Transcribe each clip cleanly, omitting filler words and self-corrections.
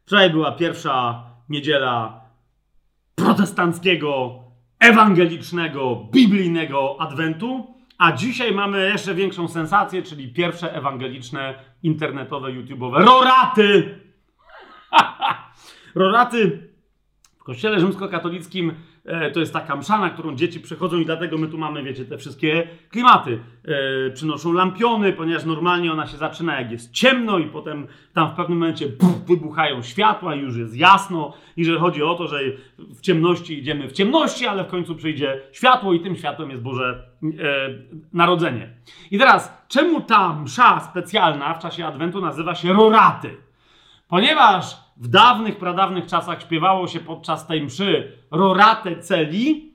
Wczoraj była pierwsza niedziela protestanckiego, ewangelicznego, biblijnego adwentu, a dzisiaj mamy jeszcze większą sensację, czyli pierwsze ewangeliczne, internetowe, YouTube'owe roraty. Roraty w kościele rzymskokatolickim to jest taka msza, na którą dzieci przychodzą i dlatego my tu mamy, wiecie, te wszystkie klimaty. Przynoszą lampiony, ponieważ normalnie ona się zaczyna jak jest ciemno i potem tam w pewnym momencie wybuchają światła i już jest jasno i że chodzi o to, że w ciemności idziemy w ciemności, ale w końcu przyjdzie światło i tym światłem jest Boże Narodzenie. I teraz, czemu ta msza specjalna w czasie Adwentu nazywa się roraty? Ponieważ w dawnych, pradawnych czasach śpiewało się podczas tej mszy rorate celi.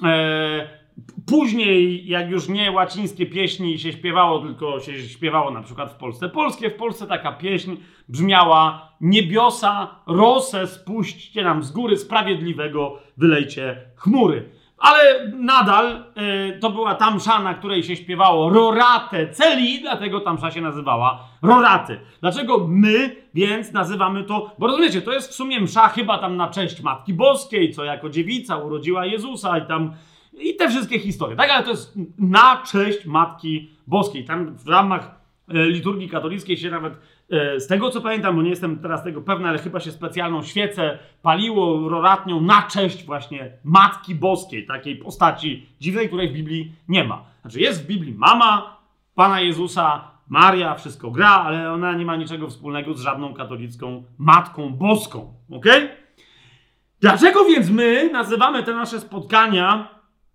Później, jak już nie łacińskie pieśni się śpiewało, tylko się śpiewało na przykład w Polsce polskie. W Polsce taka pieśń brzmiała: niebiosa, rosę spuśćcie nam z góry, sprawiedliwego wylejcie chmury. Ale nadal to była ta msza, na której się śpiewało rorate celi, dlatego ta msza się nazywała roraty. Dlaczego my więc nazywamy to, bo rozumiecie, to jest w sumie msza chyba tam na cześć Matki Boskiej, co jako dziewica urodziła Jezusa i te wszystkie historie, tak? Ale to jest na cześć Matki Boskiej. Tam w ramach liturgii katolickiej się nawet, z tego co pamiętam, bo nie jestem teraz tego pewny, ale chyba się specjalną świecę paliło roratnią na cześć właśnie Matki Boskiej, takiej postaci dziwnej, której w Biblii nie ma. Znaczy jest w Biblii mama Pana Jezusa, Maria, wszystko gra, ale ona nie ma niczego wspólnego z żadną katolicką Matką Boską. Okej? Dlaczego więc my nazywamy te nasze spotkania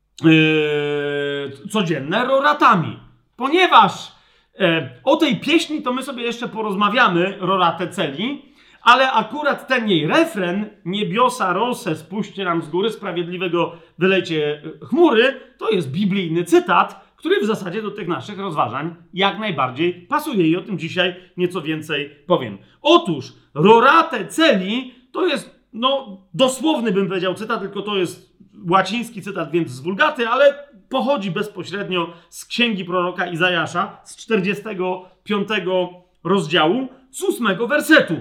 codzienne roratami? Ponieważ o tej pieśni to my sobie jeszcze porozmawiamy, rorate celi, ale akurat ten jej refren, niebiosa, rosę spuśćcie nam z góry, sprawiedliwego wylejcie chmury, to jest biblijny cytat, który w zasadzie do tych naszych rozważań jak najbardziej pasuje i o tym dzisiaj nieco więcej powiem. Otóż rorate celi to jest, dosłowny bym powiedział cytat, tylko to jest łaciński cytat, więc z Wulgaty, ale pochodzi bezpośrednio z księgi proroka Izajasza z 45 rozdziału, z 8 wersetu,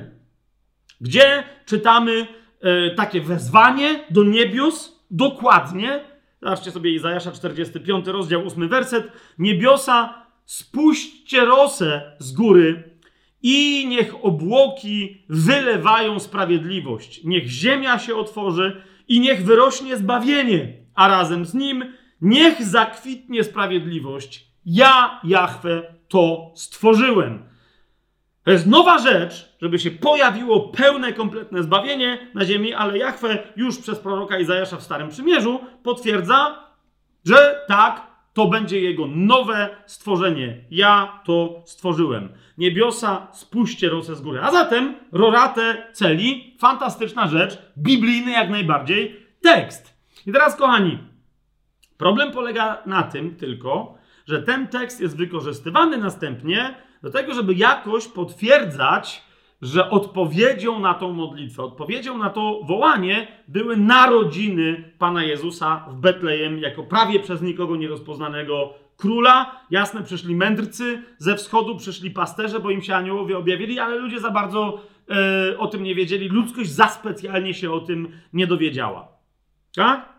gdzie czytamy takie wezwanie do niebios, dokładnie. Zobaczcie sobie Izajasza 45 rozdział, 8 werset. Niebiosa, spuśćcie rosę z góry i niech obłoki wylewają sprawiedliwość. Niech ziemia się otworzy i niech wyrośnie zbawienie, a razem z nim niech zakwitnie sprawiedliwość. Ja, Jahwe, to stworzyłem. To jest nowa rzecz, żeby się pojawiło pełne, kompletne zbawienie na ziemi, ale Jahwe już przez proroka Izajasza w Starym Przymierzu potwierdza, że tak, to będzie jego nowe stworzenie. Ja to stworzyłem. Niebiosa, spuśćcie rosę z góry. A zatem rorate celi, fantastyczna rzecz, biblijny jak najbardziej tekst. I teraz, kochani, problem polega na tym tylko, że ten tekst jest wykorzystywany następnie do tego, żeby jakoś potwierdzać, że odpowiedzią na tą modlitwę, odpowiedzią na to wołanie były narodziny Pana Jezusa w Betlejem jako prawie przez nikogo nierozpoznanego króla. Jasne, przyszli mędrcy ze wschodu, przyszli pasterze, bo im się aniołowie objawili, ale ludzie za bardzo o tym nie wiedzieli. Ludzkość za specjalnie się o tym nie dowiedziała. Tak?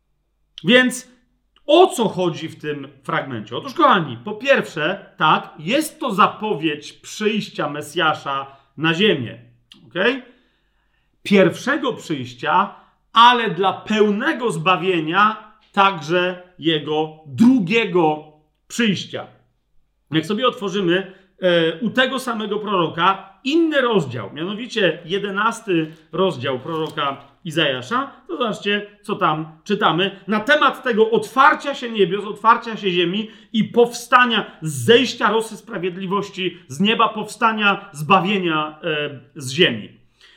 Więc o co chodzi w tym fragmencie? Otóż, kochani, po pierwsze, tak, jest to zapowiedź przyjścia Mesjasza na ziemię. Okay? Pierwszego przyjścia, ale dla pełnego zbawienia także jego drugiego przyjścia. Jak sobie otworzymy u tego samego proroka inny rozdział, mianowicie 11 rozdział proroka Izajasza, to zobaczcie, co tam czytamy na temat tego otwarcia się niebios, otwarcia się ziemi i powstania, zejścia rosy sprawiedliwości z nieba, powstania zbawienia z ziemi.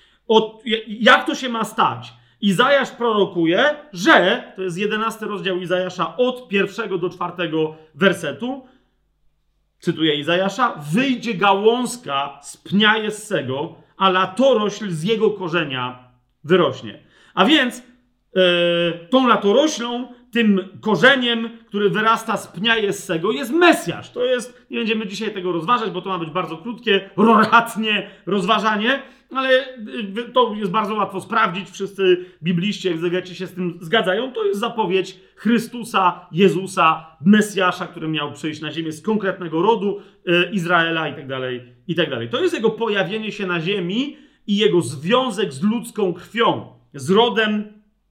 Jak to się ma stać? Izajasz prorokuje, że, to jest 11 rozdział Izajasza od 1 do 4 wersetu, cytuję Izajasza: wyjdzie gałązka z pnia Jessego, a latorośl z jego korzenia wyrośnie. A więc tą latoroślą tym korzeniem, który wyrasta z pnia Jessego, jest Mesjasz. To jest, nie będziemy dzisiaj tego rozważać, bo to ma być bardzo krótkie, roratnie rozważanie, ale to jest bardzo łatwo sprawdzić. Wszyscy bibliści, egzegeci się z tym zgadzają. To jest zapowiedź Chrystusa, Jezusa, Mesjasza, który miał przyjść na ziemię z konkretnego rodu Izraela i tak dalej, i tak dalej. To jest jego pojawienie się na ziemi i jego związek z ludzką krwią, z rodem,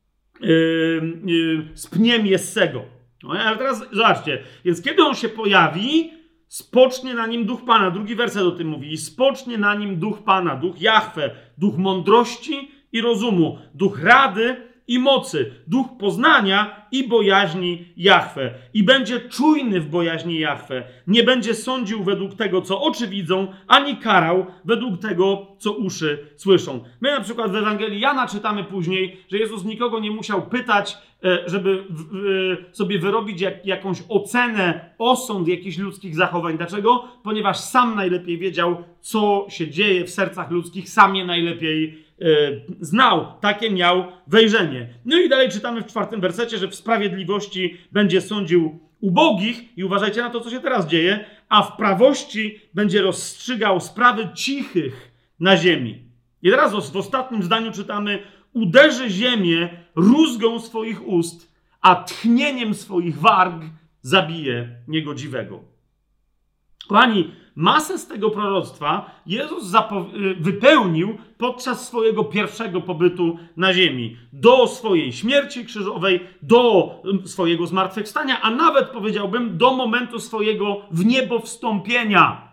z pniem Jessego. No, ale teraz zobaczcie, więc kiedy on się pojawi, spocznie na nim duch Pana. Drugi werset o tym mówi. I spocznie na nim duch Pana, duch Jahwe, duch mądrości i rozumu, duch rady i mocy, duch poznania i bojaźni Jahwe. I będzie czujny w bojaźni Jahwe. Nie będzie sądził według tego, co oczy widzą, ani karał według tego, co uszy słyszą. My na przykład w Ewangelii Jana czytamy później, że Jezus nikogo nie musiał pytać, żeby sobie wyrobić jakąś ocenę, osąd jakichś ludzkich zachowań. Dlaczego? Ponieważ sam najlepiej wiedział, co się dzieje w sercach ludzkich, sam je najlepiej znał. Takie miał wejrzenie. No i dalej czytamy w 4 wersecie, że w sprawiedliwości będzie sądził ubogich i uważajcie na to, co się teraz dzieje, a w prawości będzie rozstrzygał sprawy cichych na ziemi. I teraz w ostatnim zdaniu czytamy: uderzy ziemię rózgą swoich ust, a tchnieniem swoich warg zabije niegodziwego. Kochani, masę z tego proroctwa Jezus wypełnił podczas swojego pierwszego pobytu na ziemi. Do swojej śmierci krzyżowej, do swojego zmartwychwstania, a nawet powiedziałbym do momentu swojego wniebowstąpienia.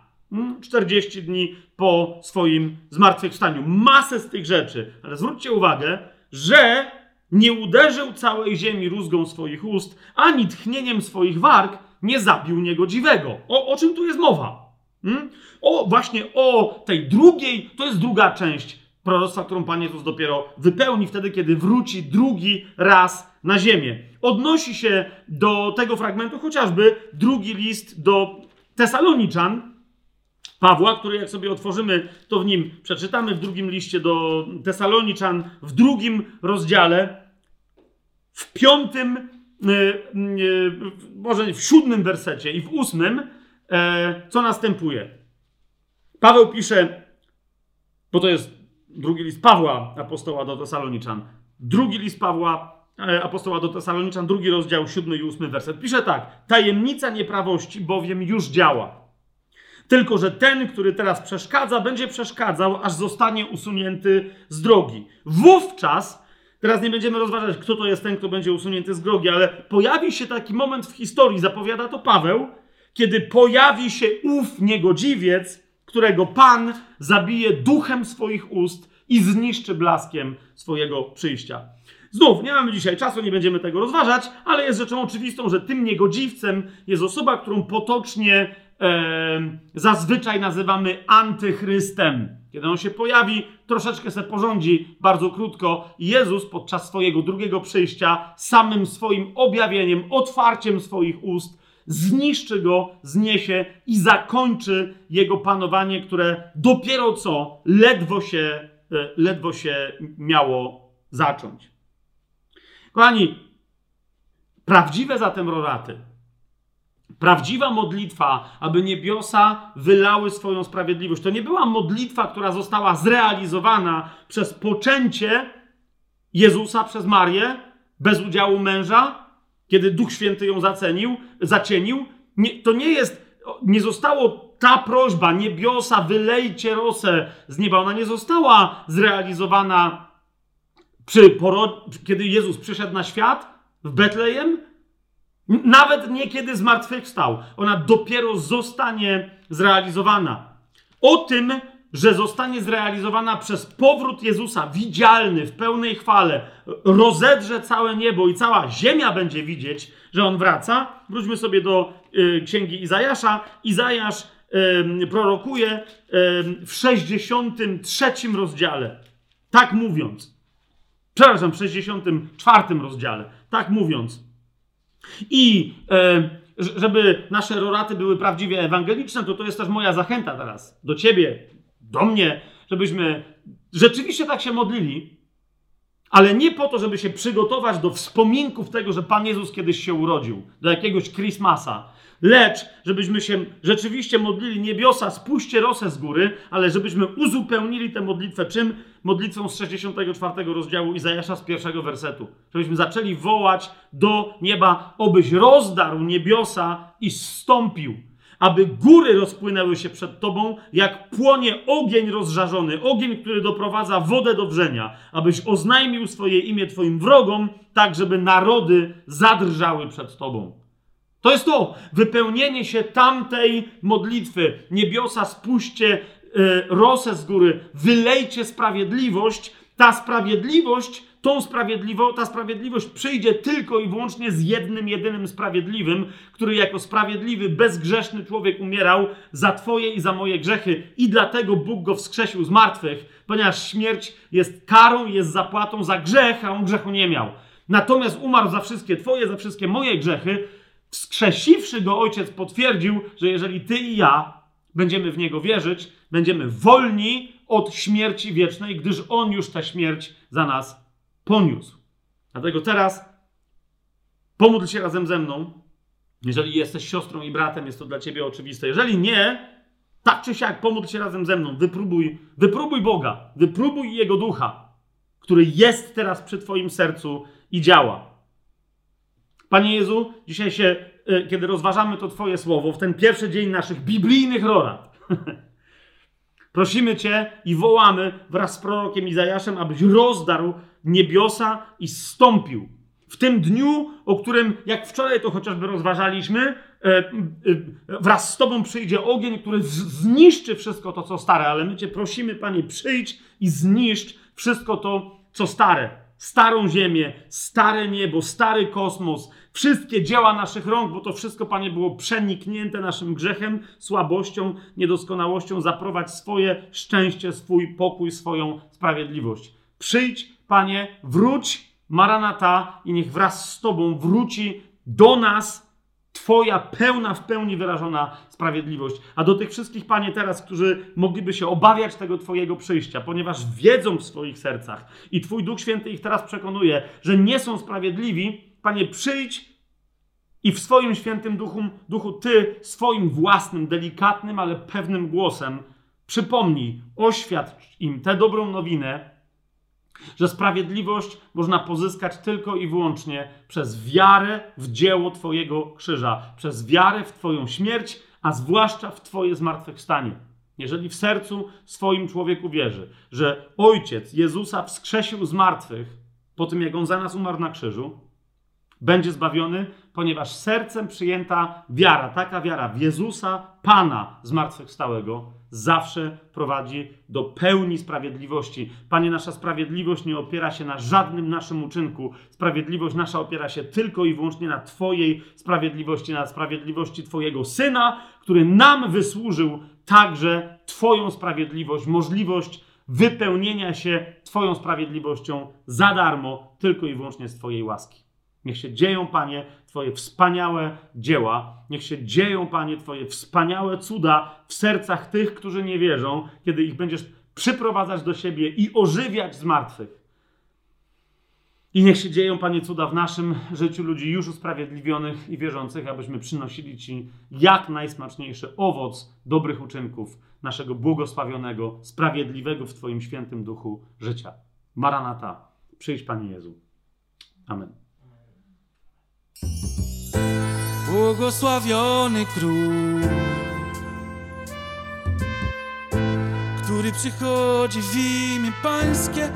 40 dni po swoim zmartwychwstaniu. Masę z tych rzeczy. Ale zwróćcie uwagę, że nie uderzył całej ziemi rózgą swoich ust, ani tchnieniem swoich warg nie zabił niegodziwego. O czym tu jest mowa? Właśnie o tej drugiej, to jest druga część proroctwa, którą Pan Jezus dopiero wypełni wtedy, kiedy wróci drugi raz na ziemię. Odnosi się do tego fragmentu chociażby drugi list do Tesaloniczan Pawła, który jak sobie otworzymy, to w nim przeczytamy w drugim liście do Tesaloniczan, w 2 rozdziale, w 5, może w 7 wersecie i w 8, co następuje. Paweł pisze, bo to jest drugi list Pawła, apostoła do Tesaloniczan. Drugi list Pawła, apostoła do Tesaloniczan, 2 rozdział, 7 i 8 werset. Pisze tak: tajemnica nieprawości bowiem już działa. Tylko że ten, który teraz przeszkadza, będzie przeszkadzał, aż zostanie usunięty z drogi. Wówczas, teraz nie będziemy rozważać, kto to jest ten, kto będzie usunięty z drogi, ale pojawi się taki moment w historii, zapowiada to Paweł, kiedy pojawi się ów niegodziwiec, którego Pan zabije duchem swoich ust i zniszczy blaskiem swojego przyjścia. Znów, nie mamy dzisiaj czasu, nie będziemy tego rozważać, ale jest rzeczą oczywistą, że tym niegodziwcem jest osoba, którą potocznie zazwyczaj nazywamy antychrystem. Kiedy on się pojawi, troszeczkę se porządzi, bardzo krótko. Jezus podczas swojego drugiego przyjścia samym swoim objawieniem, otwarciem swoich ust zniszczy go, zniesie i zakończy jego panowanie, które dopiero co ledwo się miało zacząć. Kochani, prawdziwe zatem roraty, prawdziwa modlitwa, aby niebiosa wylały swoją sprawiedliwość. To nie była modlitwa, która została zrealizowana przez poczęcie Jezusa przez Marię, bez udziału męża, kiedy Duch Święty ją zacienił. Nie zostało ta prośba, niebiosa, wylejcie rosę z nieba. Ona nie została zrealizowana kiedy Jezus przyszedł na świat w Betlejem. Nawet nie kiedy zmartwychwstał. Ona dopiero zostanie zrealizowana. O tym, że zostanie zrealizowana przez powrót Jezusa, widzialny, w pełnej chwale, rozedrze całe niebo i cała ziemia będzie widzieć, że On wraca. Wróćmy sobie do księgi Izajasza. Izajasz prorokuje w 63 rozdziale. Tak mówiąc. Przepraszam, w 64 rozdziale. Tak mówiąc. I żeby nasze roraty były prawdziwie ewangeliczne, to jest też moja zachęta teraz do ciebie, do mnie, żebyśmy rzeczywiście tak się modlili, Ale nie po to, żeby się przygotować do wspominków tego, że Pan Jezus kiedyś się urodził, do jakiegoś Christmasa, lecz żebyśmy się rzeczywiście modlili: niebiosa, spuśćcie rosę z góry, ale żebyśmy uzupełnili tę modlitwę czym? Modlitwą z 64 rozdziału Izajasza z 1 wersetu. Żebyśmy zaczęli wołać do nieba: obyś rozdarł niebiosa i zstąpił, aby góry rozpłynęły się przed Tobą, jak płonie ogień rozżarzony, ogień, który doprowadza wodę do wrzenia, abyś oznajmił swoje imię Twoim wrogom, tak żeby narody zadrżały przed Tobą. To jest to wypełnienie się tamtej modlitwy. Niebiosa, spuśćcie rosę z góry, wylejcie sprawiedliwość. Ta sprawiedliwość przyjdzie tylko i wyłącznie z jednym, jedynym sprawiedliwym, który jako sprawiedliwy, bezgrzeszny człowiek umierał za Twoje i za moje grzechy. I dlatego Bóg go wskrzesił z martwych, ponieważ śmierć jest karą, jest zapłatą za grzech, a on grzechu nie miał. Natomiast umarł za wszystkie Twoje, za wszystkie moje grzechy. Wskrzesiwszy go, Ojciec potwierdził, że jeżeli Ty i ja będziemy w Niego wierzyć, będziemy wolni od śmierci wiecznej, gdyż On już tę śmierć za nas poniósł. Dlatego teraz pomódl się razem ze mną. Jeżeli jesteś siostrą i bratem, jest to dla Ciebie oczywiste. Jeżeli nie, tak czy siak pomódl się razem ze mną. Wypróbuj Boga. Wypróbuj Jego Ducha, który jest teraz przy Twoim sercu i działa. Panie Jezu, dzisiaj kiedy rozważamy to Twoje słowo, w ten pierwszy dzień naszych biblijnych rorad, prosimy Cię i wołamy wraz z prorokiem Izajaszem, abyś rozdarł niebiosa i zstąpił. W tym dniu, o którym, jak wczoraj to chociażby rozważaliśmy, wraz z Tobą przyjdzie ogień, który zniszczy wszystko to, co stare. Ale my Cię prosimy, Panie, przyjdź i zniszcz wszystko to, co stare. Starą ziemię, stare niebo, stary kosmos, wszystkie dzieła naszych rąk, bo to wszystko, Panie, było przeniknięte naszym grzechem, słabością, niedoskonałością. Zaprowadź swoje szczęście, swój pokój, swoją sprawiedliwość. Przyjdź, Panie, wróć, Maranata, i niech wraz z Tobą wróci do nas Twoja pełna, w pełni wyrażona sprawiedliwość. A do tych wszystkich, Panie, teraz, którzy mogliby się obawiać tego Twojego przyjścia, ponieważ wiedzą w swoich sercach i Twój Duch Święty ich teraz przekonuje, że nie są sprawiedliwi, Panie, przyjdź i w swoim świętym duchu Ty swoim własnym, delikatnym, ale pewnym głosem przypomnij, oświadcz im tę dobrą nowinę, że sprawiedliwość można pozyskać tylko i wyłącznie przez wiarę w dzieło Twojego krzyża, przez wiarę w Twoją śmierć, a zwłaszcza w Twoje zmartwychwstanie. Jeżeli w sercu swoim człowieku wierzy, że Ojciec Jezusa wskrzesił z martwych po tym, jak On za nas umarł na krzyżu, będzie zbawiony, ponieważ sercem przyjęta wiara, taka wiara w Jezusa, Pana zmartwychwstałego, zawsze prowadzi do pełni sprawiedliwości. Panie, nasza sprawiedliwość nie opiera się na żadnym naszym uczynku. Sprawiedliwość nasza opiera się tylko i wyłącznie na Twojej sprawiedliwości, na sprawiedliwości Twojego Syna, który nam wysłużył także Twoją sprawiedliwość, możliwość wypełnienia się Twoją sprawiedliwością za darmo, tylko i wyłącznie z Twojej łaski. Niech się dzieją, Panie, Twoje wspaniałe dzieła. Niech się dzieją, Panie, Twoje wspaniałe cuda w sercach tych, którzy nie wierzą, kiedy ich będziesz przyprowadzać do siebie i ożywiać z martwych. I niech się dzieją, Panie, cuda w naszym życiu ludzi już usprawiedliwionych i wierzących, abyśmy przynosili Ci jak najsmaczniejszy owoc dobrych uczynków naszego błogosławionego, sprawiedliwego w Twoim świętym duchu życia. Maranata. Przyjdź, Panie Jezu. Amen. Błogosławiony Król, który przychodzi w imię Pańskie.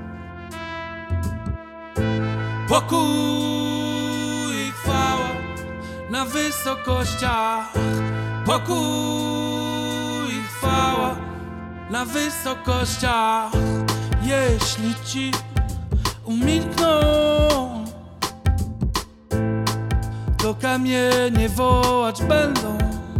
Pokój i chwała na wysokościach. Pokój i chwała na wysokościach. Jeśli ci umilkną, to kamienie wołać będą.